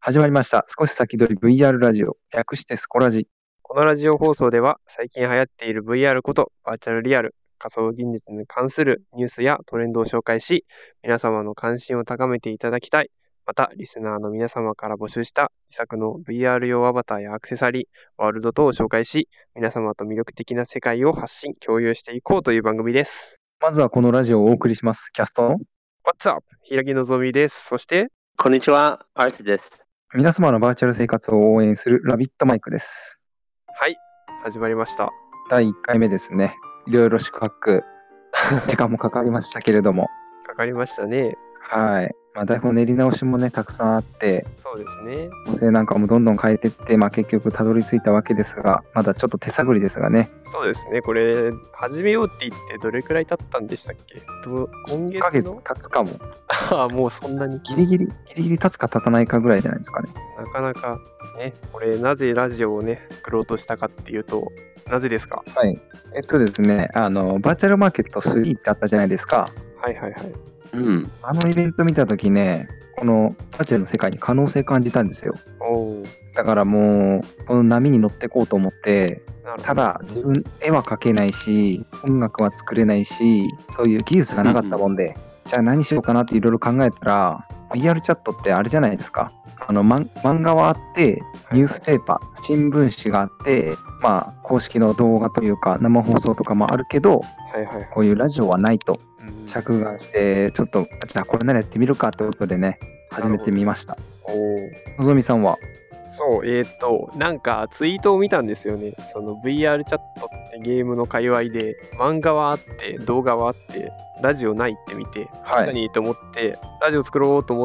始まりました。少し先取り VR ラジオ、略してスコラジ。 このラジオ放送では最近流行っている VR ことバーチャルリアル、仮想現実に関するニュースやトレンドを紹介し、皆様の関心を高めていただきたい。また、リスナーの皆様から募集した自作の VR 用アバターやアクセサリー、ワールド等を紹介し、皆様と魅力的な世界を発信、共有していこうという番組です。 まずはこのラジオをお送りします。キャストの What's up? 平木のぞみです。そして、 こんにちは、アーツです。 皆様のバーチャル生活を応援するラビットマイクです。 はい、始まりました。 第1回目ですね。いろいろ宿泊、時間もかかりましたけれども。 かかりましたね。 はい。台本練り直しもね、たくさんあって、 そうですね。 構成なんかもどんどん変えていって、結局たどり着いたわけですが、まだちょっと手探りですがね。 そうですね。これ、始めようって言ってどれくらい経ったんでしたっけ？今月 1ヶ月の経つかも。 ああ、もうそんなにギリギリ経つか経たないかぐらいじゃないですかね。 なかなかね、これなぜラジオをね、作ろうとしたかっていうと、なぜですか？ はい。ですね、バーチャルマーケット3ってあったじゃないですか。 はいはいはい。 あのイベント見たときね、このバーチャルの世界に可能性感じたんですよ。 おお、 だからもう、この波に乗っていこうと思って、 なるほど。 ただ自分絵は描けないし、音楽は作れないし、そういう技術がなかったもんで、じゃあ何しようかなっていろいろ考えたら、VR チャットってあれじゃないですか。漫画はあって、ニュースペーパー、新聞紙があって、公式の動画というか、生放送とかもあるけど、 はいはいはい。 こういうラジオはないとうん着眼して、ちょっと、じゃあこれならやってみるかってことでね、始めてみました。 おお。 のぞみさんは？ そう、なんかツイートを見たんですよね。その VR チャットってゲームの界隈で、漫画はあって、動画はあって、ラジオないって見て、確かにと思って、ラジオ作ろうと思って、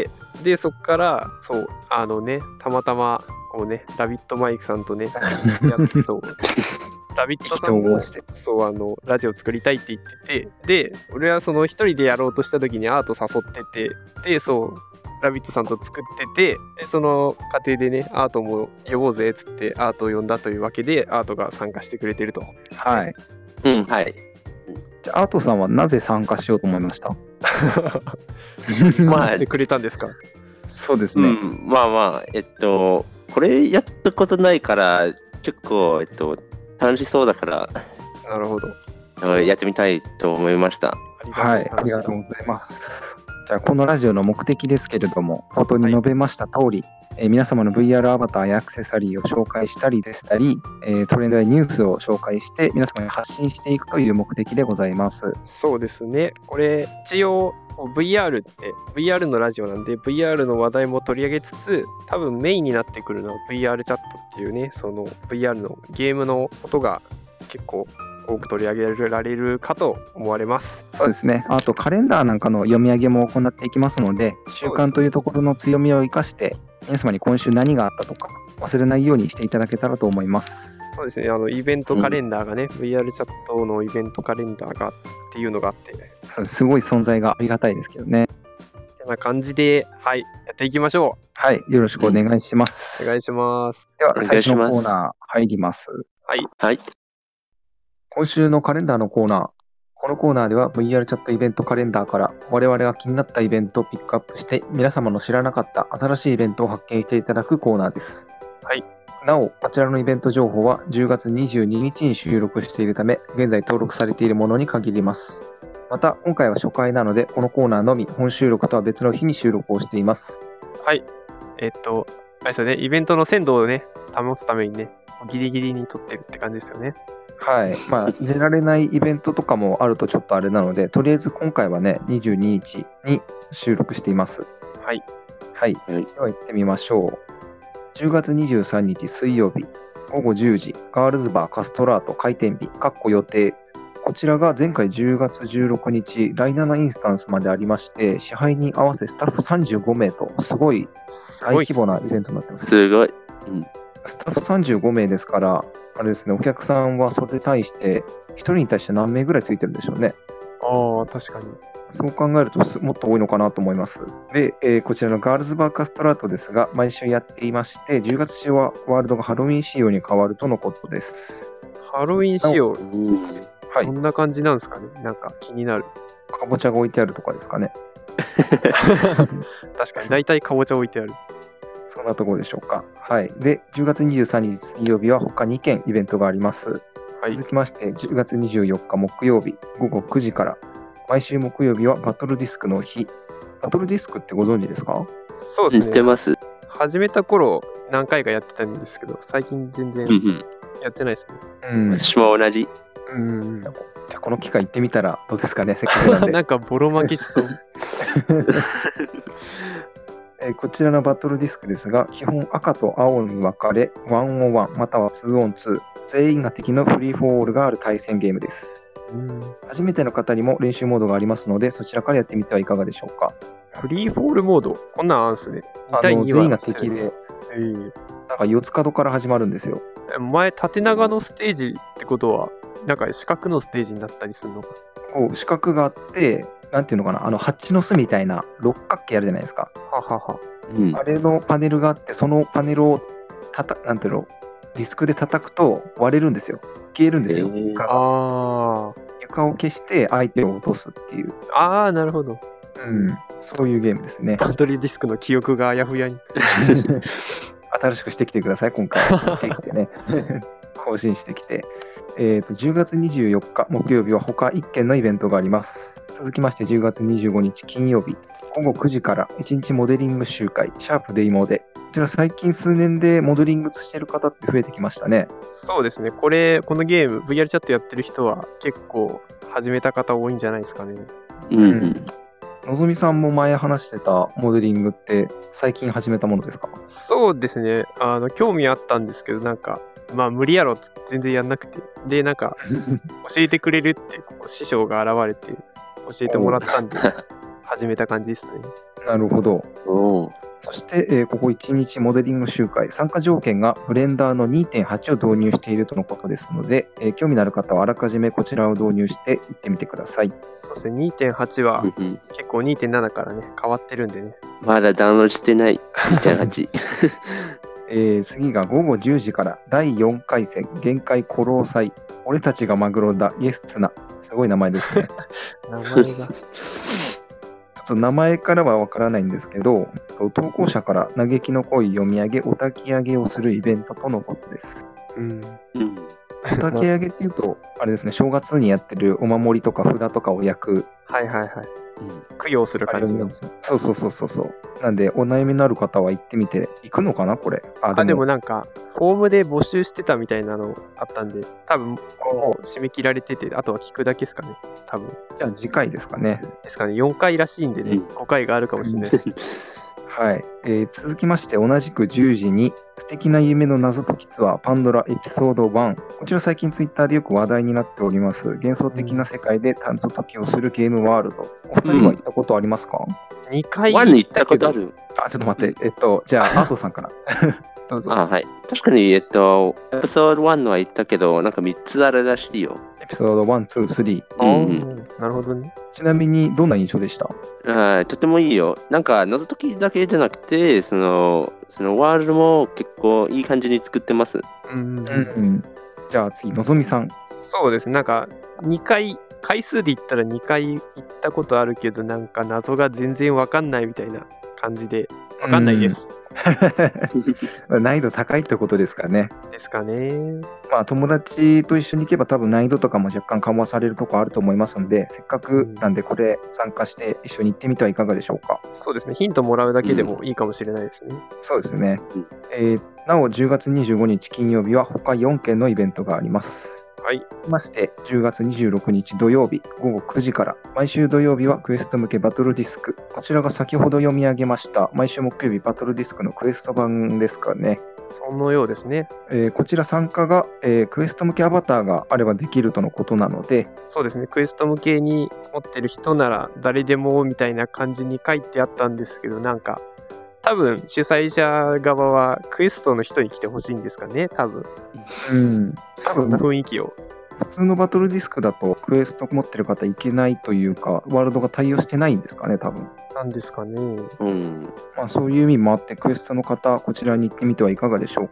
で、そっから、そう、たまたま、こうね、ラビットマイクさんとね、やってそう。ラビットさんもそうラジオ作りたいって言ってて、で俺はその一人でやろうとした時にアート誘ってて、でそうラビットさんと作ってて、でその過程でねアートも呼ぼうぜっつってアートを呼んだというわけで、アートが参加してくれてると。 はい。 はい。 じゃあアートさんはなぜ参加しようと思いました？ まあしてくれたんですか？ そうですね。 これやったことないから、結構、楽しそうだから、 なるほど。 やってみたいと思いました。 はい、ありがとうございます。じゃあこのラジオの目的ですけれども、冒頭に述べました通り、皆様の VR アバターやアクセサリーを紹介したりでしたり、トレンドやニュースを紹介して皆様に発信していくという目的でございます。 そうですね。これ一応VR って VR のラジオなんで VR の話題も取り上げつつ、多分メインになってくるのは VR チャットっていうね、その VR のゲームのことが結構多く取り上げられるかと思われます。 そうですね。あとカレンダーなんかの読み上げも行っていきますので、習慣というところの強みを生かして皆様に今週何があったとか忘れないようにしていただけたらと思います。 そうですね。イベントカレンダーがね、VR チャットのイベントカレンダーがっていうのがあって、 すごい存在がありがたいですけどね。 こんな感じで、はい、やっていきましょう。 はい、よろしくお願いします。 お願いします。 では、最初のコーナー入ります。 はい。 今週のカレンダーのコーナー。このコーナーでは VR チャットイベントカレンダーから我々が気になったイベントをピックアップして皆様の知らなかった新しいイベントを発見していただくコーナーです。 はい。 なお、こちらのイベント情報は10月22日に収録しているため、現在登録されているものに限ります。また、今回は初回なので、このコーナーのみ本収録とは別の日に収録をしています。 はい。あれですよね、イベントの鮮度をね、保つためにね、ギリギリに撮ってるって感じですよね。 はい。出られないイベントとかもあるとちょっとあれなので、とりあえず今回はね、22日に収録しています。 はい。 はい。では行ってみましょう。10月23日水曜日、午後10時、ガールズバーカストラート開店日、予定。こちらが前回10月16日、第7インスタンスまでありまして、支配人合わせスタッフ35名と、すごい大規模なイベントになってます。 すごい。 スタッフ35名ですから、あれですね、お客さんはそれに対して、1人に対して何名ぐらいついてるんでしょうね。 ああ、確かに。 そう考えるともっと多いのかなと思います。で、こちらのガールズバーカストラートですが、毎週やっていまして、10月中はワールドがハロウィン仕様に変わるとのことです。 ハロウィン仕様、 はい。 どんな感じなんですかね。なんか気になる。 かぼちゃが置いてあるとかですかね。 確かに、大体かぼちゃ置いてある。 そんなところでしょうか。はい。で、10月23日水曜日は他2件イベントがあります。 はい。 続きまして、10月24日木曜日午後9時から、毎週木曜日はバトルディスクの日。バトルディスクってご存知ですか？ そうですね。 してます。 始めた頃何回かやってたんですけど、最近全然やってないですね。 私も同じ。 じゃあこの機会行ってみたらどうですかね、せっかくなんで。 なんかボロ負けしそう。 こちらのバトルディスクですが、基本赤と青に分かれ、1on1 または 2on2、全員が敵のフリーフォーオールがある対戦ゲームです。初めての方にも練習モードがありますので、そちらからやってみてはいかがでしょうか。 フリーフォールモード、こんなんあるんすね。 全員が敵で、なんか四つ角から始まるんですよ。 前、縦長のステージってことは、なんか四角のステージになったりするのか。 こう四角があって、なんていうのかな、ハチの巣みたいな六角形あるじゃないですか。 ははは。 あれのパネルがあって、そのパネルをなんていうの、ディスクで叩くと割れるんですよ。消えるんですよ。床を消して相手を落とすっていう。 なるほど。 そういうゲームですね。 バトルディスクの記憶があやふやに。 新しくしてきてください、今回。できてね。更新してきて。10月24日木曜日は他1件のイベントがあります。続きまして10月25日金曜日午後9時から1日モデリング集会シャープデイモで。こちら最近数年でモデリングしてる方って増えてきましたね。 そうですね。このゲーム VR チャットやってる人は結構始めた方多いんじゃないですかね。 のぞみさんも前話してたモデリングって最近始めたものですか？ そうですね。興味あったんですけど、なんか無理やろって全然やんなくて。で、なんか教えてくれるって師匠が現れて教えてもらったんで始めた感じですね。 なるほど。そして、ここ1日モデリング集会、参加条件がブレンダーの 2.8 を導入しているとのことですので、興味のある方はあらかじめこちらを導入していってみてください。 そうですね、2.8 は結構 2.7 からね、変わってるんでね。 まだダウンロードしてない、2.8。 次が午後10時から第4回戦、限界古老祭、俺たちがマグロだ、イエスツナ。すごい名前ですね。 名前が。 名前からはわからないんですけど、投稿者から嘆きの声読み上げ、お焚き上げをするイベントとのことです。お焚き上げっていうと、あれですね、正月にやってるお守りとか札とかを焼く。供養する感じなんですよ。そう。なんで、お悩みのある方は行ってみて、行くのかな、これ。 でもなんか、フォームで募集してたみたいなのあったんで、多分もう締め切られてて、あとは聞くだけですかね、多分。 じゃあ次回ですかね。 ですかね、4回らしいんでね、5回があるかもしれないです。 はい。続きまして、同じく10時に、素敵な夢の謎解きツアー、パンドラエピソード1。こちら最近ツイッターでよく話題になっております。幻想的な世界で謎解きをするゲームワールド。お二人は行ったことありますか ？2回 1に行ったことある。 ちょっと待って。じゃあ、アートさんから。どうぞ。 はい。確かに、エピソード1は行ったけど、なんか3つあるらしいよ。 エピソード1、2、3。 なるほどね。 ちなみに、どんな印象でした？ とてもいいよ。なんか、謎解きだけじゃなくて、そのワールドも結構いい感じに作ってます。 じゃあ次、のぞみさん。 そうですね。なんか、回数で言ったら2回行ったことあるけど、なんか謎が全然わかんないみたいな感じで、わかんないです。 難易度高いってことですかね。 ですかね。 友達と一緒に行けば多分難易度とかも若干緩和されるところあると思いますので、せっかくなんでこれ参加して一緒に行ってみてはいかがでしょうか。 そうですね。ヒントもらうだけでもいいかもしれないですね。 そうですね。なお10月25日金曜日は他4件のイベントがあります。まして10月26日土曜日午後9時から毎週土曜日はクエスト向けバトルディスク。こちらが先ほど読み上げました毎週木曜日バトルディスクのクエスト版ですかね。 そのようですね。 こちら参加が、クエスト向けアバターがあればできるとのことなので。 そうですね。クエスト向けに持ってる人なら誰でもみたいな感じに書いてあったんですけど、なんか多分主催者側はクエストの人に来てほしいんですかね、多分。そんな雰囲気を。 普通のバトルディスクだとクエスト持ってる方いけないというか、ワールドが対応してないんですかね、多分。 なんですかね。 そういう意味もあって、クエストの方、こちらに行ってみてはいかがでしょうか。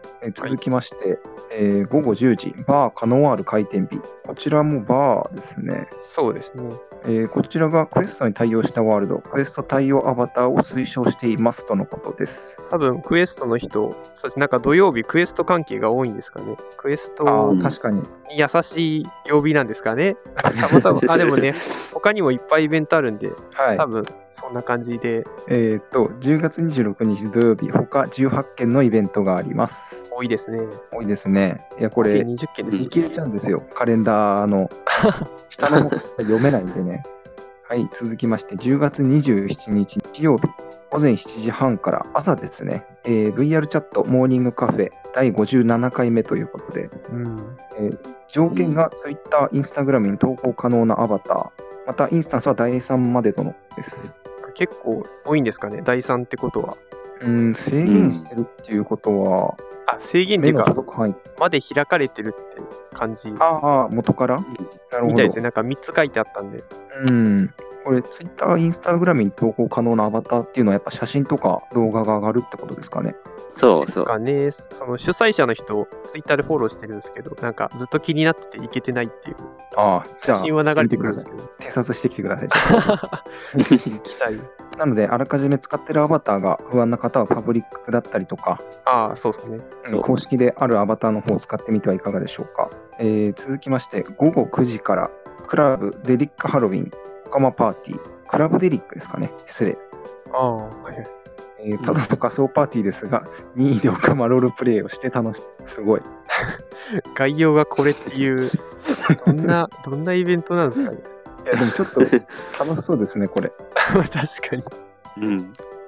続きまして、午後10時、バーカノワール開店日。こちらもバーですね。 そうですね。 こちらがクエストに対応したワールド、クエスト対応アバターを推奨していますとのことです。 多分クエストの人、そしてなんか土曜日クエスト関係が多いんですかね。クエスト確かにに優しい曜日なんですかね。たまたまでもね、他にもいっぱいイベントあるんで、 はい、 多分そんな感じで。 10月26日土曜日、他18件のイベントがあります。 多いですね。 多いですね。いや、これ、 20件です。 見切れちゃうんですよ。カレンダーの下の方読めないんでね。はい、続きまして、10月27日日曜日、午前7時半から朝ですね、VR チャットモーニングカフェ第57回目ということで、条件が Twitter、Instagram に投稿可能なアバター、またインスタンスは第3までとのことです。 結構多いんですかね、第3ってことは。 制限してるっていうことは、 制限っていうか、 はい、 まで開かれてるって感じ。 元から、なるほど。 みたいですね。なんか3つ書いてあったんで。 これ、Twitter、Instagram に投稿可能なアバターっていうのは、やっぱ写真とか動画が上がるってことですかね。 そうですかね。その主催者の人、Twitter でフォローしてるんですけど、なんかずっと気になってていけてないっていう。写真は流れてくるんですけど。 偵察してきてください。 行きたい。 なので、あらかじめ使ってるアバターが不安な方はパブリックだったりとか、 そうですね。 公式であるアバターの方を使ってみてはいかがでしょうか。続きまして、午後9時からクラブデリックハロウィンオカマパーティー、クラブデリックですかね。失礼。ただの仮想パーティーですが、任意でオカマロールプレイをして楽しい。すごい。 概要がこれっていう、どんなイベントなんですかね。 いや、でもちょっと楽しそうですね、これ。 確かに。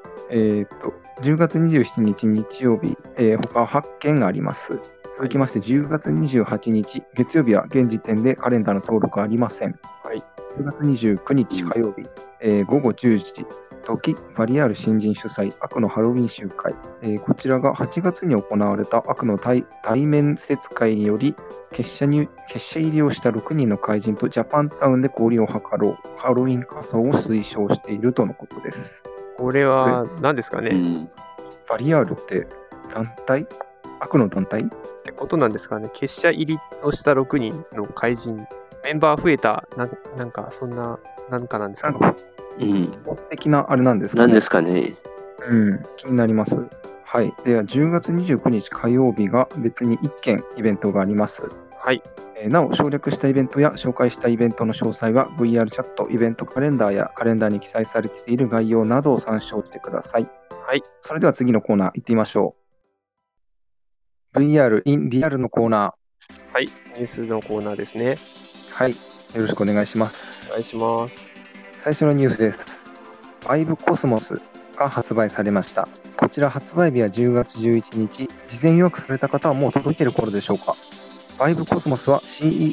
10月27日日曜日、他8件があります。続きまして、10月28日月曜日は現時点でカレンダーの登録ありません。10月29日火曜日、午後10時、時バリアール新人主催悪のハロウィン集会、こちらが8月に行われた悪の対面説会により結社入りをした6人の怪人とジャパンタウンで交流を図ろうハロウィン仮装を推奨しているとのことです。 これは何ですかね。 バリアールって団体？悪の団体ってことなんですかね。結社入りをした6人の怪人、メンバー増えた、なんかそんな、なんかなんですかね。 ボス的なあれなんですかね。 なんですかね。 気になります。はい。では、10月29日火曜日が別に1件イベントがあります。 はい。 なお、省略したイベントや紹介したイベントの詳細は VR チャット、イベントカレンダーやカレンダーに記載されている概要などを参照してください。 はい。 それでは次のコーナー行ってみましょう。VR in リアルのコーナー。はい。ニュースのコーナーですね。 はい。よろしくお願いします。 お願いします。 最初のニュースです。Vive Cosmosが発売されました。こちら発売日は10月11日。事前予約された方はもう届いている頃でしょうか。Vive Cosmosは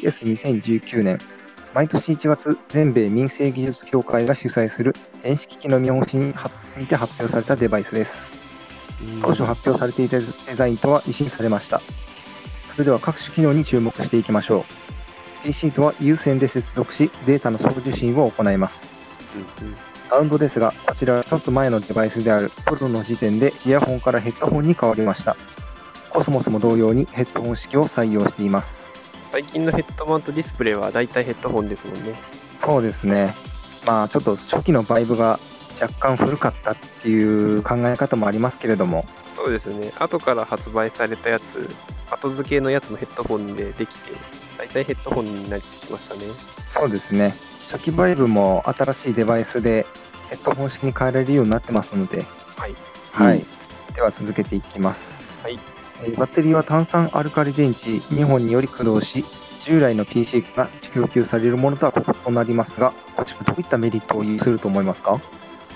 CES2019 年、毎年1月、全米民生技術協会が主催する電子機器の見本市にて発表されたデバイスです。当初発表されていたデザインとは一新されました。それでは各種機能に注目していきましょう。PC とは有線で接続し、データの送受信を行います。サウンドですが、こちらは一つ前のデバイスであるプロの時点でイヤホンからヘッドホンに変わりました。コスモスも同様にヘッドホン式を採用しています。 最近のヘッドマウントディスプレイはだいたいヘッドホンですもんね。 そうですね。ちょっと初期のバイブが若干古かったっていう考え方もありますけれども。 そうですね。後から発売されたやつ、後付けのやつのヘッドホンでできて、だいたいヘッドホンになってきましたね。 そうですね。初期バイブも新しいデバイスでヘッドホン式に変えられるようになってますので、はい。では続けていきます。 はい。 バッテリーは炭酸アルカリ電池2本により駆動し、従来の PC から供給されるものとは異なりますが、こちらどういったメリットを有すると思いますか？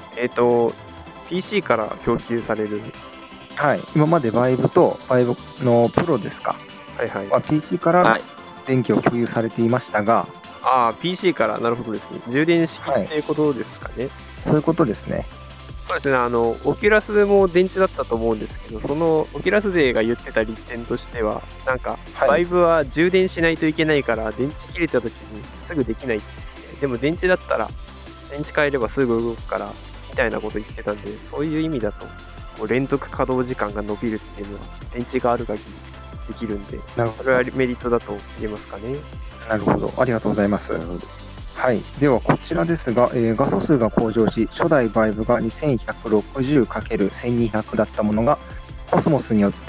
PC から供給される。 はい。今までバイブとバイブのプロですか。PC から電気を共有されていましたが、 PC から、なるほどですね。充電式っていうことですかね。 そういうことですね。 そうですね。オキュラスも電池だったと思うんですけど、そのオキュラス勢が言ってた利点としては、なんか、バイブは充電しないといけないから、電池切れた時にすぐできないって言って、でも電池だったら、電池変えればすぐ動くから、みたいなこと言ってたんで、そういう意味だと連続稼働時間が伸びるっていうのは電池がある限りできるんで、 なるほど。 これはメリットだと言えますかね。 なるほど。ありがとうございます。はい。では、こちらですが、画素数が向上し、初代バイブが 2160×1200 だったものが、コスモスによって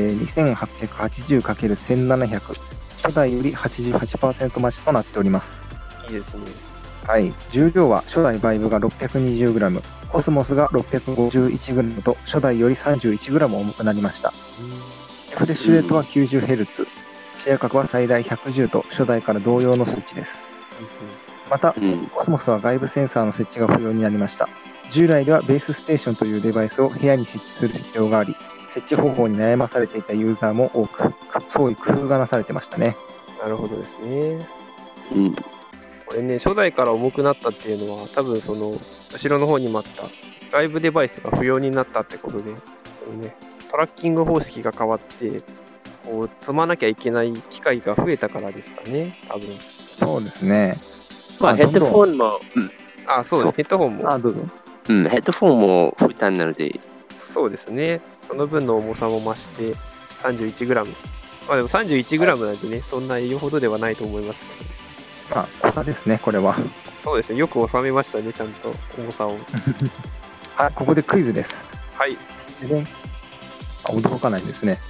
、2880×1700、初代より 88% 増しとなっております。 いいですね。 はい。重量は初代バイブが 620g、コスモスが 651g と、初代より 31g 重くなりました。リフレッシュレートは 90Hz、シェア角は最大110と、初代から同様の数値です。また、コスモスは外部センサーの設置が不要になりました。従来ではベースステーションというデバイスを部屋に設置する必要があり、設置方法に悩まされていたユーザーも多く、そういう工夫がなされてましたね。 なるほどですね。これね、初代から重くなったっていうのは、多分その後ろの方にもあった外部デバイスが不要になったってことで、そのね、トラッキング方式が変わって、こう積まなきゃいけない機会が増えたからですかね、多分。 そうですね。 まあ、ヘッドフォンも、 そうね、ヘッドフォンも。 どうぞ。 ヘッドフォンも負担なので。 そうですね。その分の重さも増して 31g。まあでも 31g なんてね、そんな言うほどではないと思いますけど。 小さですね、これは。 そうですね、よく収めましたね、ちゃんと重さを。 はい、ここでクイズです。 はい。 驚かないですね。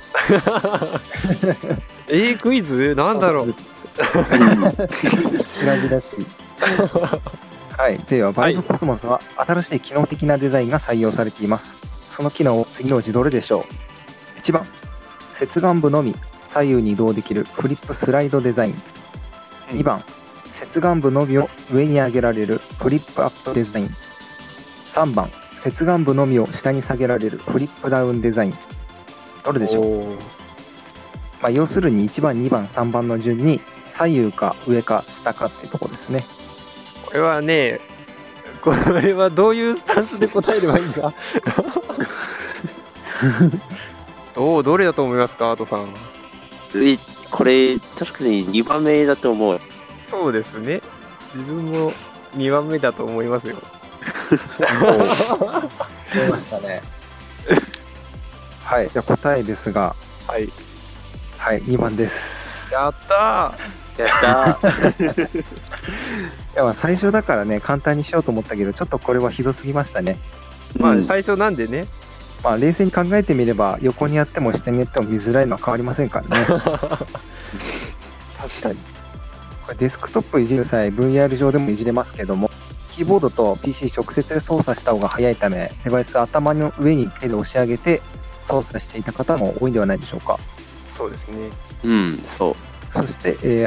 クイズなんだろう。 知らずらしい。はい、では、バイブコスモスは新しい機能的なデザインが採用されています。その機能を次のうちどれでしょう。1番、接岸部のみ左右に移動できるフリップスライドデザイン。2番、接岸部のみを上に上げられるフリップアップデザイン。3番、接岸部のみを下に下げられるフリップダウンデザイン。どれでしょう。要するに1番、2番、3番の順に左右か上か下かってとこですね。 これはね、これはどういうスタンスで答えればいいんだどれだと思いますか、アートさん。 これ、確かに2番目だと思う。 そうですね。自分も2番目だと思いますよ。 出ましたね。はい、じゃあ答えですが、 はい、 2番です。 やったー。やったー。 いや、最初だからね、簡単にしようと思ったけど、ちょっとこれはひどすぎましたね。 最初なんでね。 冷静に考えてみれば、横にやっても下にやっても見づらいのは変わりませんからね。 確かに。 これデスクトップいじる際、VR 上でもいじれますけども、キーボードと PC 直接で操作した方が早いため、デバイス頭の上に手で押し上げて操作していた方も多いんではないでしょうか。 そうですね。 そう。 そして、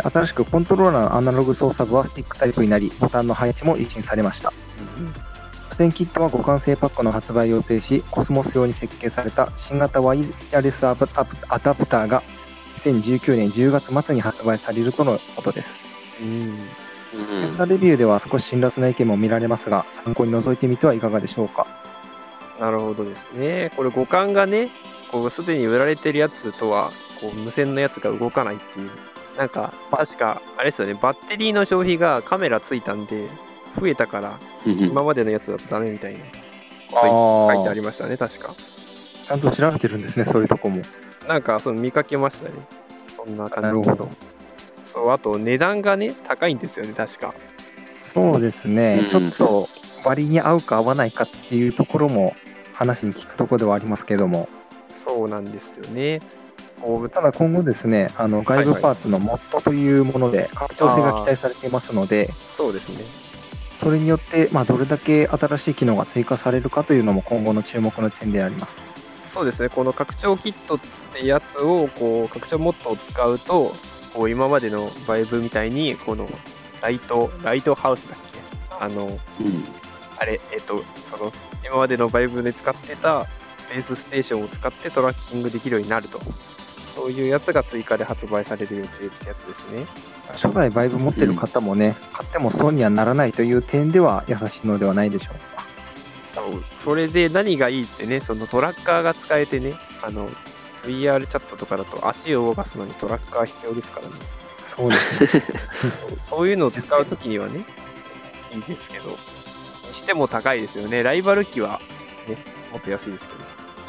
新しくコントローラーのアナログ操作部はスティックタイプになり、ボタンの配置も一新されました。無線キットは互換性パックの発売を予定し、コスモス用に設計された新型ワイヤレスアダプターが2019年10月末に発売されるとのことです。ユーザーレビューでは少し辛辣な意見も見られますが、参考に覗いてみてはいかがでしょうか。 なるほどですね。これ互換がね、すでに売られてるやつとは無線のやつが動かないっていう。なんか確かあれですよね、バッテリーの消費がカメラついたんで増えたから今までのやつだとダメみたいなこと書いてありましたね、確か。 ちゃんと調べてるんですね、そういうとこも。 なんか見かけましたね、そんな感じ。 なるほど。 そう、あと値段がね高いんですよね、確か。 そうですね、ちょっと割に合うか合わないかっていうところも話に聞くところではありますけども。 そうなんですよね。 ただ今後ですね、外部パーツのモッドというもので拡張性が期待されていますので、 そうですね。 それによって、どれだけ新しい機能が追加されるかというのも今後の注目の点であります。 そうですね、この拡張キットってやつを拡張モッドを使うと、今までのバイブみたいにこのライトハウスだっけ、あれその今までのバイブで使ってたベースステーションを使ってトラッキングできるようになると、そういうやつが追加で発売される予定ってやつですね。 初代バイブ持ってる方もね、買っても損にはならないという点では優しいのではないでしょうか。 それで何がいいってね、そのトラッカーが使えてね、VR チャットとかだと足を動かすのにトラッカー必要ですからね。 そうですね。 そういうのを使うときにはね、いいですけど、にしても高いですよね。ライバル機はね、もっと安いですけど。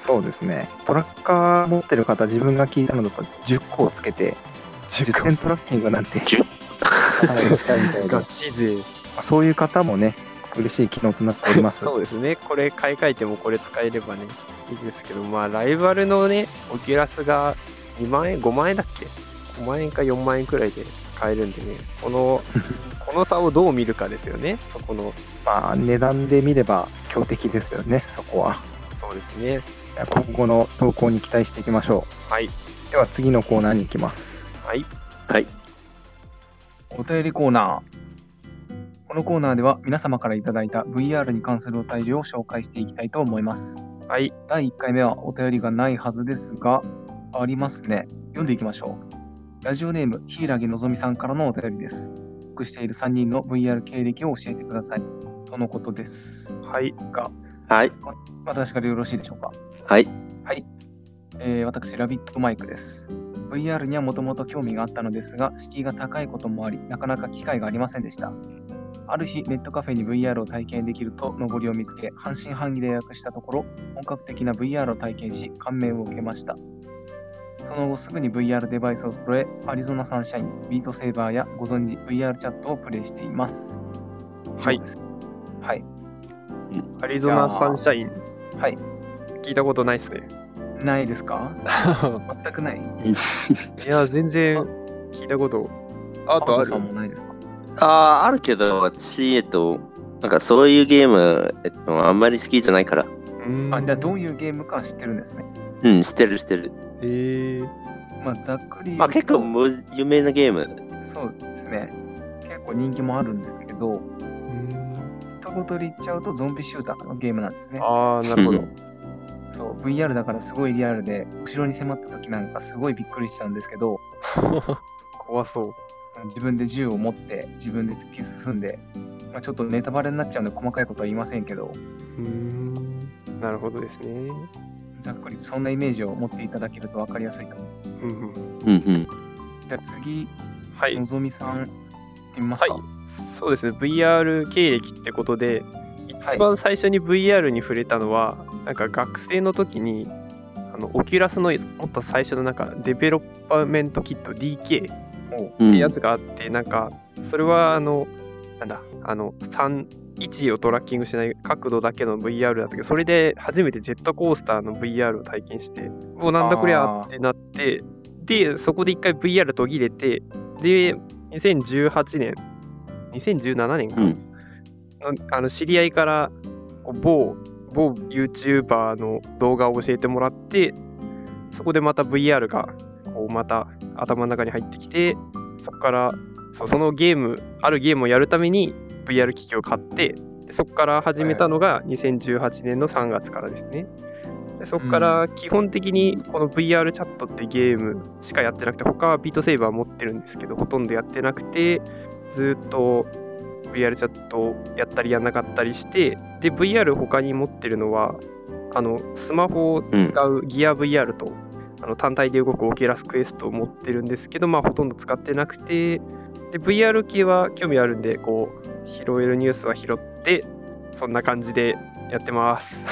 そうですね。トラッカー持ってる方、自分が聞いたのだと10個をつけて、10点トラッキングなんて 10 かなりおっしゃるみたいで、 ガチ勢。 そういう方もね、嬉しい機能となっております。 そうですね。これ買い替えてもこれ使えればね、いいですけど、まあ、ライバルのね、オキュラスが2万円、5万円だっけ ?5 万円か4万円くらいで買えるんでね、この差をどう見るかですよね、そこの。 まあ、値段で見れば強敵ですよね、そこは。 そうですね。 今後の投稿に期待していきましょはい。 う。では次のコーナーに行きます。 はい。 はい。 お便りコーナー。このコーナーでは皆様からいただいた VR に関するお便りを紹介していきたいと思います。 はい。 第1回目はお便りがないはずですが、ありますね。読んでいきましょう。ラジオネーム、柊のぞみさんからのお便りです。属くしている3人の VR 経歴を教えてください。とのことです。 はい。 はい。 私からよろしいでしょうか。 はい。 はい。私、ラビットマイクです。VR にはもともと興味があったのですが、敷居が高いこともあり、なかなか機会がありませんでした。ある日、ネットカフェに VR を体験できると上りを見つけ、半信半疑で予約したところ、本格的な VR を体験し、感銘を受けました。その後、すぐに VR デバイスを揃え、アリゾナサンシャイン、ビートセーバーやご存知 VR チャットをプレイしています。 はい。 はい。 アリゾナサンシャイン。 はい。 聞いたことないですね。 ないですか？全くない。 いや、全然聞いたこと。あとある。 さんもないですか？ あるけど、私、なんかそういうゲーム、あんまり好きじゃないから。 じゃあどういうゲームか知ってるんですね。 うん、知ってる。 まあ、ざっくり。 まあ結構有名なゲーム。 そうですね。結構人気もあるんですけど、一言で言っちゃうとゾンビシューターのゲームなんですね。 ああ、なるほど。 そう、VR だからすごいリアルで、後ろに迫った時なんかすごいびっくりしちゃうんですけど、 怖そう。 自分で銃を持って自分で突き進んで、まあ、ちょっとネタバレになっちゃうんで細かいことは言いませんけど、 なるほどですね。 ざっくりそんなイメージを持っていただけると分かりやすいと思う。 じゃあ次、 はい。 のぞみさん、行ってみますか。 はい。そうですね。VR 経歴ってことで、一番最初に VR に触れたのは、なんか学生の時に、オキュラスのもっと最初のなんかデベロッパメントキット DK ってやつがあって、なんかそれは位置をトラッキングしない角度だけの VR だったけど、それで初めてジェットコースターの VR を体験して、なんだこりゃってなって、でそこで一回 VR 途切れて、で2017年か、知り合いから某 YouTuber の動画を教えてもらって、そこでまた VR がまた頭の中に入ってきて、そこからそのあるゲームをやるために VR 機器を買って、そこから始めたのが2018年の3月からですね。でそこから基本的にこの VR チャットってゲームしかやってなくて、他はビートセーバー持ってるんですけど、ほとんどやってなくて、ずっと VR チャットをやったりやんなかったりして、で VR 他に持ってるのはスマホを使うギア VR と、単体で動くオキュラスクエストを持ってるんですけど、ほとんど使ってなくて、で VR 系は興味あるんで、拾えるニュースは拾って、そんな感じでやってます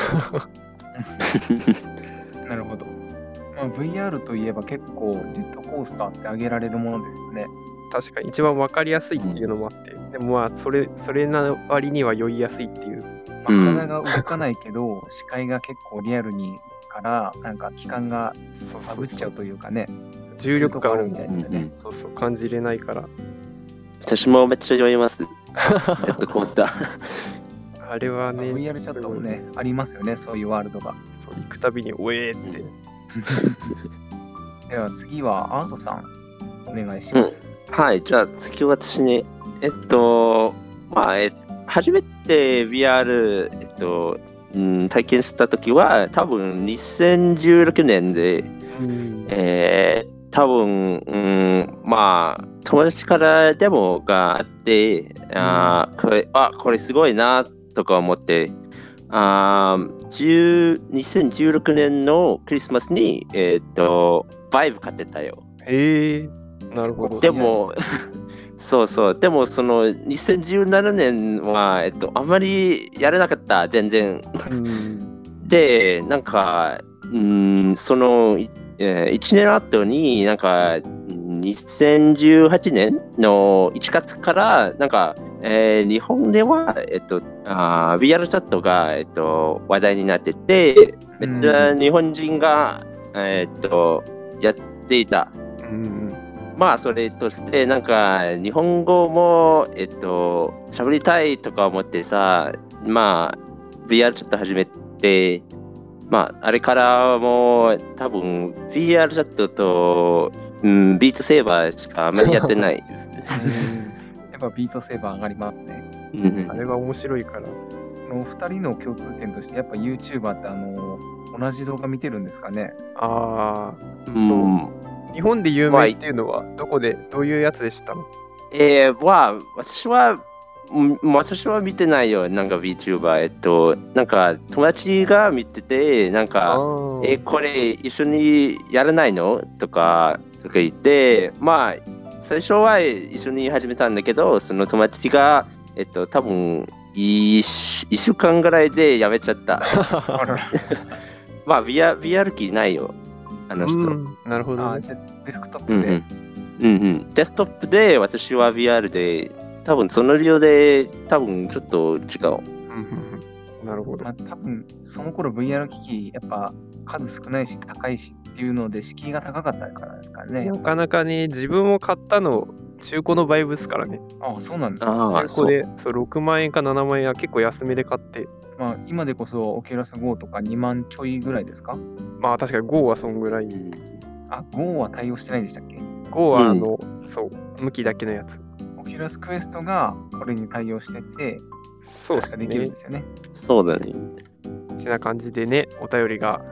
なるほど。VR といえば結構ジェットコースターって挙げられるものですよね。 確かに一番分かりやすいっていうのもあって、でもそれな割には酔いやすいっていう。 体が動かないけど、視界が結構リアルにから、なんか気感がバグっちゃうというかね、 重力感あるみたいですね。 そう感じれないから。 私もめっちゃ酔います。ジェットコースター。 あれはね、 VR チャットもね、ありますよね、そういうワールドが。 そう行くたびに、おえーって。 では次はアートさん、お願いします。 はい、じゃあ次私ね、初めて VR、体験したときは、多分2016年で、多分、友達からデモがあって、これすごいなとか思って、2016年のクリスマスに、バイブ買ってたよ。 なるほど。 でも、でもその2017年は、あんまりやれなかった、全然。で、なんか、 その、1年後になんか2018年の1月からなんか、日本では、VR チャットが、話題になってて、めっちゃ日本人が、やっていた。まあそれとしてなんか日本語も喋りたいとか思ってさ、まあ VR チャット始めて、まああれからもう多分 VR チャットと、ビートセーバーしかあんまりやってない。 やっぱビートセーバー上がりますね。 あれは面白いから。 2人の共通点としてやっぱ YouTuber って同じ動画見てるんですかね。 ああ、そう。日本で有名っていうのはどこでどういうやつでしたの？ 私は見てないよ。なんか VTuber。なんか友達が見てて、なんか、これ一緒にやらないのとか言って、まあ、最初は一緒に始めたんだけど、その友達が、多分1週間ぐらいでやめちゃった。まあ、VR 機ないよ。あの人。 なるほど、 じゃあデスクトップで。 デスクトップで私は VR で、多分その理由で多分ちょっと違う。 なるほど。 多分その頃 VR 機器やっぱ数少ないし高いしっていうので敷居が高かったからですかね。 なかなかね、自分も買ったの中古のバイブスからね。 そうなんですか。 中古で6万円か7万円は結構安めで買って。 まあ今でこそオキュラス GO とか2万ちょいぐらいですか？ まあ確かに GO はそんぐらい。 GO は対応してないんでしたっけ？ GO はそう向きだけのやつ。 オキュラスクエストがこれに対応してて、 そうですね。 できるんですよね。 そうだね。 てな感じでね、お便りが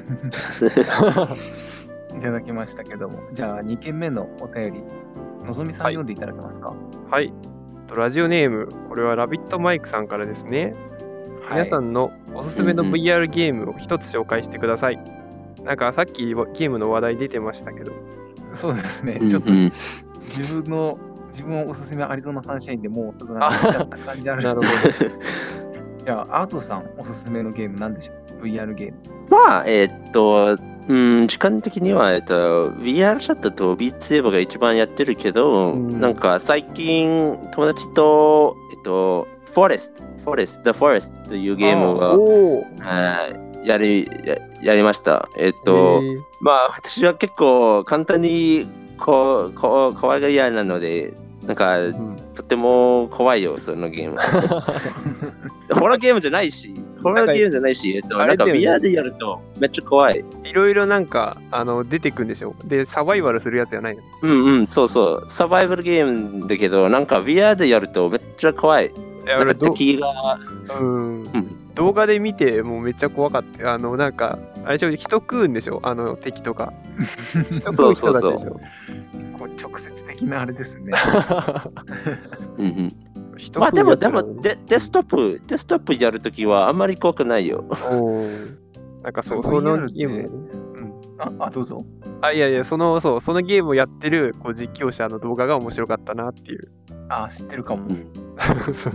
いただきましたけども、じゃあ2件目のお便り、のぞみさん読んでいただけますか？ はい。ラジオネーム、これはラビットマイクさんからですね。皆さんのおすすめの VR ゲームを一つ紹介してください。なんかさっきゲームの話題出てましたけど。 そうですね。ちょっと自分をおすすめアリゾナサンシャインでもうちょっとなっちゃった感じあるし。なるほど。じゃあアートさんおすすめのゲームなんでしょう？ VR ゲーム。 まあ時間的にはVR チャットとビートセーバーが一番やってるけど、なんか最近友達とThe Forest というゲームをやりました。まあ私は結構簡単に怖がり屋なので、なんか、とても怖いよ、そのゲーム。ホラーゲームじゃないし、なんか VR でやるとめっちゃ怖い。 いろいろなんか出てくんでしょ。で、サバイバルするやつじゃないの？ そうそう。サバイバルゲームだけど、なんか VR でやるとめっちゃ怖い。なんか敵が。 動画で見てもうめっちゃ怖かった。なんか、あれでしょ、人食うんでしょ、敵とか。人食う人たちでしょ。 直接的なあれですね。 まあでもデストップやるときはあんまり怖くないよ。 なんかそのゲーム。 どうぞ。 いやいや、そのゲームをやってる実況者の動画が面白かったなっていう。 知ってるかも。 そう。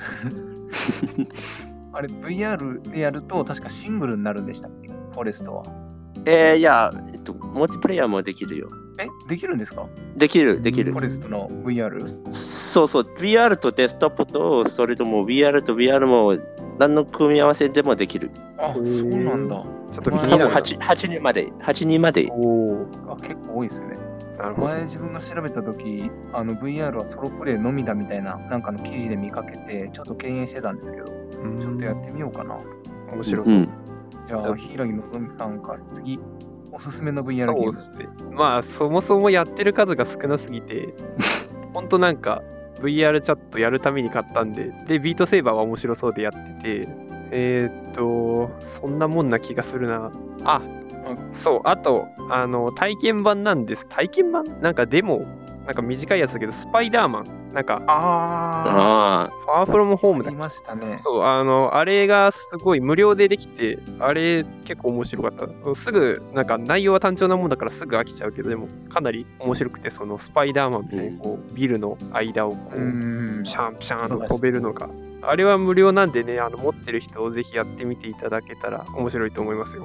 あれ、VR でやると確かシングルになるんでしたっけ？フォレストは。 いや、モルティプレイヤーもできるよ。 できるんですか？ できる。フォレストの VR？ そう。VR とデスクトップと、それとも VR と VR も何の組み合わせでもできる。 そうなんだ。 ちょっと気になる。 8人まで。 結構多いですね。前自分が調べたとき、VR はソロプレイのみだみたいな、なんかの記事で見かけて、ちょっと敬遠してたんですけど、ちょっとやってみようかな。 面白そう。 じゃあ、柊のぞみさんから次、おすすめの VR ゲーム。 そうですね。まあ、そもそもやってる数が少なすぎて、ほんとなんか、VR チャットやるために買ったんで、ビートセーバーは面白そうでやってて、そんなもんな気がするな。そう、あと、体験版なんです。体験版なんかデモ、なんか短いやつだけど、スパイダーマン。なんか、ファーフロムホームだ。 ありましたね。 そう、あれがすごい無料でできて、あれ結構面白かった。すぐ、なんか内容は単調なもんだからすぐ飽きちゃうけど、でもかなり面白くて、そのスパイダーマンみたいにビルの間をピシャンピシャンと飛べるのが。あれは無料なんでね、持ってる人をぜひやってみていただけたら面白いと思いますよ。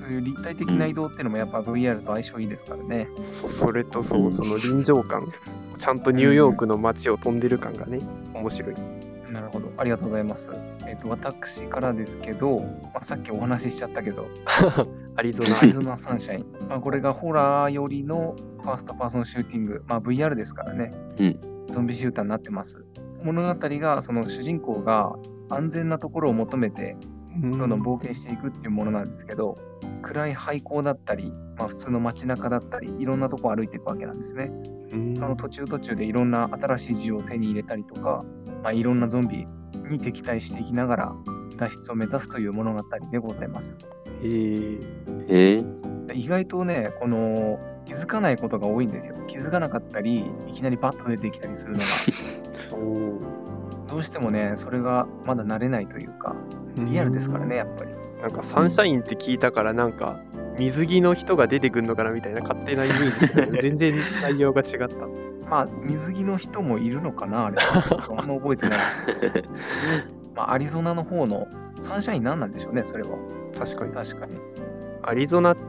そういう立体的な移動っていうのもやっぱ VR と相性いいですからね。 それとその臨場感、ちゃんとニューヨークの街を飛んでる感がね、面白い。 なるほど、ありがとうございます。私からですけど、さっきお話ししちゃったけど、 アリゾナサンシャイン。これがホラー寄りのファーストパーソンシューティング、VR ですからね、ゾンビシューターになってます。物語が、その主人公が安全なところを求めて、どんどん冒険していくっていうものなんですけど、暗い廃校だったり、普通の街中だったり、いろんなとこ歩いていくわけなんですね。その途中でいろんな新しい銃を手に入れたりとか、いろんなゾンビに敵対していきながら脱出を目指すという物語でございます。意外とね、気づかないことが多いんですよ。気づかなかったり、いきなりバッと出てきたりするのが。どうしてもね、それがまだ慣れないというか、リアルですからね、やっぱり。 なんかサンシャインって聞いたから、なんか水着の人が出てくるのかなみたいな勝手なイメージですけど、全然内容が違った。 水着の人もいるのかな、あれ。あんま覚えてない。アリゾナの方のサンシャイン何なんでしょうね、それは。 確かに。アリゾナって、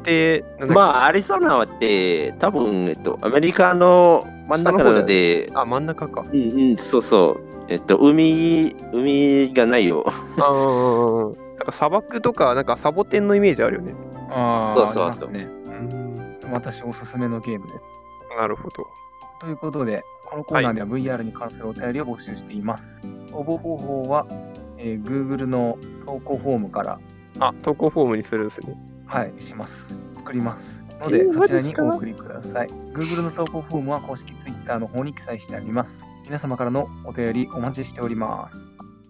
アリゾナって多分、アメリカの真ん中なので、 真ん中か。 そうそう。海がないよ。 なんか砂漠とか、なんかサボテンのイメージあるよね。 そう。 ね。私おすすめのゲームです。 なるほど。 ということで、このコーナーでは VR に関するお便りを募集しています。応募方法は、Google の投稿フォームから。 投稿フォームにするんですね。 はい、します。作ります。ので、そちらにお送りください。Google の投稿フォームは公式 Twitter の方に記載してあります。皆様からのお便りお待ちしております。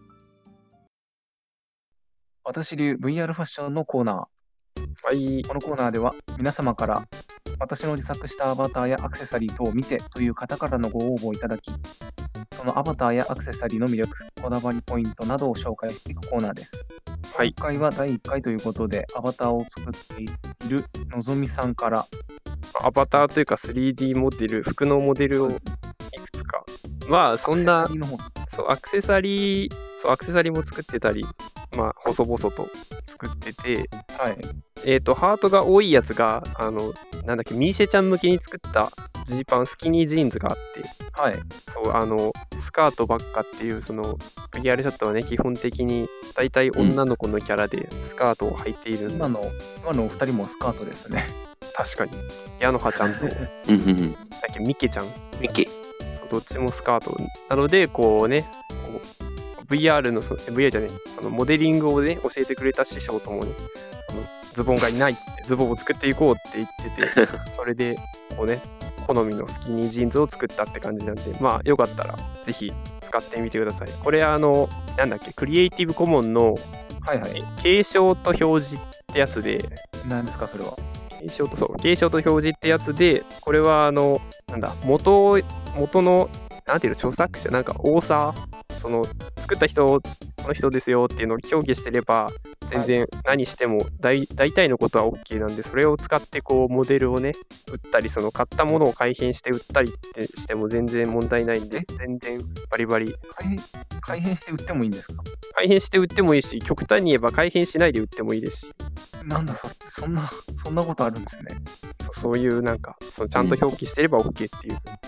私流 VR ファッションのコーナー。このコーナーでは皆様から私の自作したアバターやアクセサリー等を見てという方からのご応募いただき、そのアバターやアクセサリーの魅力、こだわりポイントなどを紹介していくコーナーです。今回は第1回ということで、アバターを作っているのぞみさんから。 アバターというか 3D モデル、服のモデルをいくつか。そんな、アクセサリーも作ってたり、細々と作ってて、ハートが多いやつが、ミーシェちゃん向けに作ったジーパン、スキニージーンズがあって、スカートばっかっていう、VR チャットはね、基本的に大体女の子のキャラでスカートを履いているんで、 今のお二人もスカートですね。 確かに。ヤノハちゃんと、ミケちゃん。どっちもスカートなので、VR じゃねえ、モデリングをね、教えてくれた師匠ともに、ズボンがいないっつって、ズボンを作っていこうって言ってて、それで、好みのスキニージーンズを作ったって感じなんで、よかったら、ぜひ使ってみてください。これ、クリエイティブコモンの、継承と表示ってやつで、 何ですか、それは。 継承と表示ってやつで、これは、元の、著作者、オーサー、作った人、この人ですよっていうのを表記してれば、全然何しても大体のことは OK なんで、それを使ってモデルをね、売ったり、買ったものを改変して売ったりってしても全然問題ないんで、全然バリバリ。 改変して売ってもいいんですか？ 改変して売ってもいいし、極端に言えば改変しないで売ってもいいですし。 なんだそんなことあるんですね。 そういうちゃんと表記してれば OK っていう。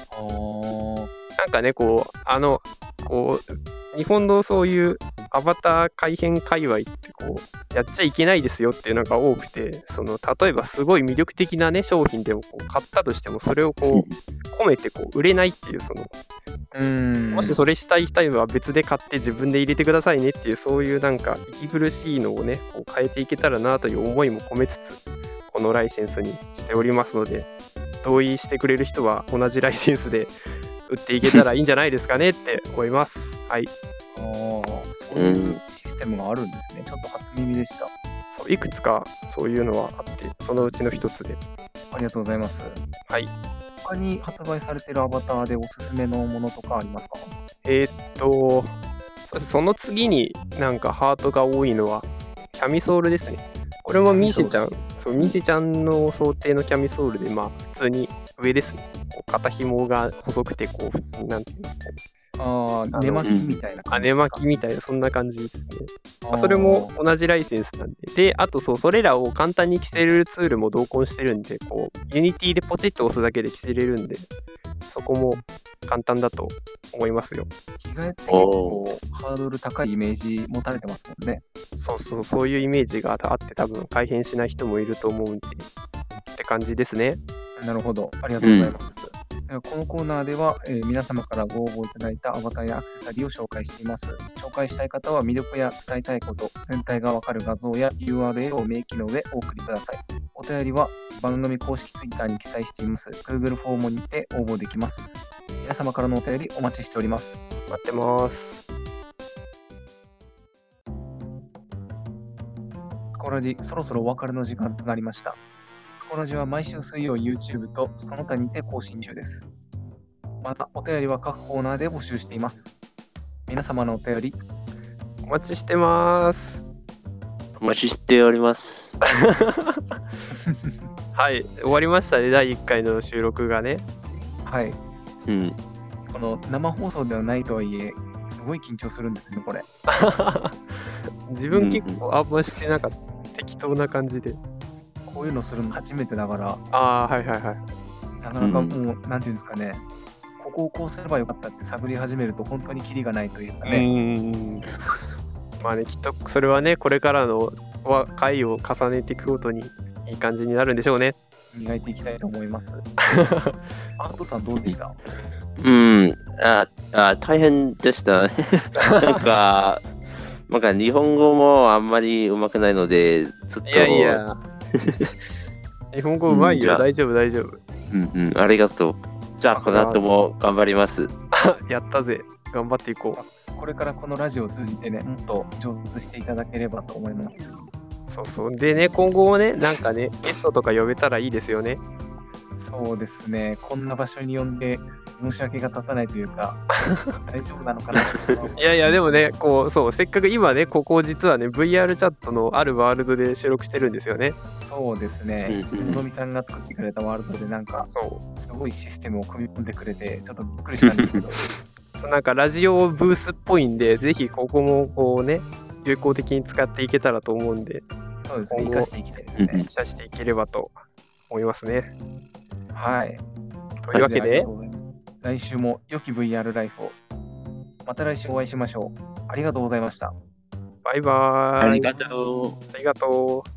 日本のそういうアバター改変界隈ってやっちゃいけないですよっていうのが多くて、例えばすごい魅力的なね商品でも買ったとしても、それを込めて売れないっていう、もしそれしたい人は別で買って自分で入れてくださいねっていう、そういう息苦しいのをね変えていけたらなという思いも込めつつ、このライセンスにしておりますので、同意してくれる人は同じライセンスで売っていけたらいいんじゃないですかねって思います。はい。 そういうシステムがあるんですね。ちょっと初耳でした。 いくつかそういうのはあって、そのうちの一つで。 ありがとうございます。 はい。 他に発売されているアバターでおすすめのものとかありますか？ その次にハートが多いのはキャミソールですね。これもミーシェちゃんの想定のキャミソールで、普通に上ですね。肩紐が細くて普通に寝巻きみたいな感じ。 寝巻きみたいな、そんな感じですね。それも同じライセンスなんで。で、あとそれらを簡単に着せれるツールも同梱してるんで、ユニティでポチッと押すだけで着せれるんで、そこも簡単だと思いますよ。 着替えって結構ハードル高いイメージ持たれてますもんね。 そういうイメージがあって多分改変しない人もいると思うんで、って感じですね。 なるほど。ありがとうございます。このコーナーでは、皆様からご応募いただいたアバターやアクセサリーを紹介しています。紹介したい方は魅力や伝えたいこと、全体がわかる画像や URL を明記の上お送りください。お便りは番組公式 Twitter に記載しています Google フォームにて応募できます。皆様からのお便りお待ちしております。 待ってます。スコラジ、そろそろお別れの時間となりました。スコラジは毎週水曜 YouTube とその他にて更新中です。また、お便りは各コーナーで募集しています。皆様のお便り、 お待ちしてます。 お待ちしております。 はい、終わりましたね、第1回の収録がね。 はい。 うん。 この生放送ではないとはいえ、すごい緊張するんですね、これ。 自分結構あんましてなかった。適当な感じで。 こういうのするの初めてだから、 はい。 なかなかもう、なんていうんですかね、ここをこうすればよかったって探り始めると本当にキリがないというかね。 まあね、きっとそれはね、これからの回を重ねていくごとにいい感じになるんでしょうね。 磨いていきたいと思います。アートさんどうでした？ 大変でした。なんか日本語もあんまり上手くないので、ちょっと。 いや。日本語うまいよ、大丈夫。 ありがとう。じゃあ、この後も頑張ります。 やったぜ。頑張っていこう。これからこのラジオを通じてね、もっと上手していただければと思います。 そう。でね、今後もね、なんかね、ゲストとか呼べたらいいですよね。 そうですね、こんな場所に呼んで申し訳が立たないというか、大丈夫なのかな。 いや、でもね、せっかく今ね、ここ実はね、VR チャットのあるワールドで収録してるんですよね。 そうですね、のぞみさんが作ってくれたワールドで、なんか、すごいシステムを組み込んでくれて、ちょっとびっくりしたんですけど。 なんかラジオブースっぽいんで、ぜひここもこうね、有効的に使っていけたらと思うんで、 そうですね、生かしていきたいですね。 生かしていければと思いますね。 はい。 というわけで、 来週も良き VR ライフを。また来週お会いしましょう。ありがとうございました。 バイバーイ。 ありがとう。 ありがとう。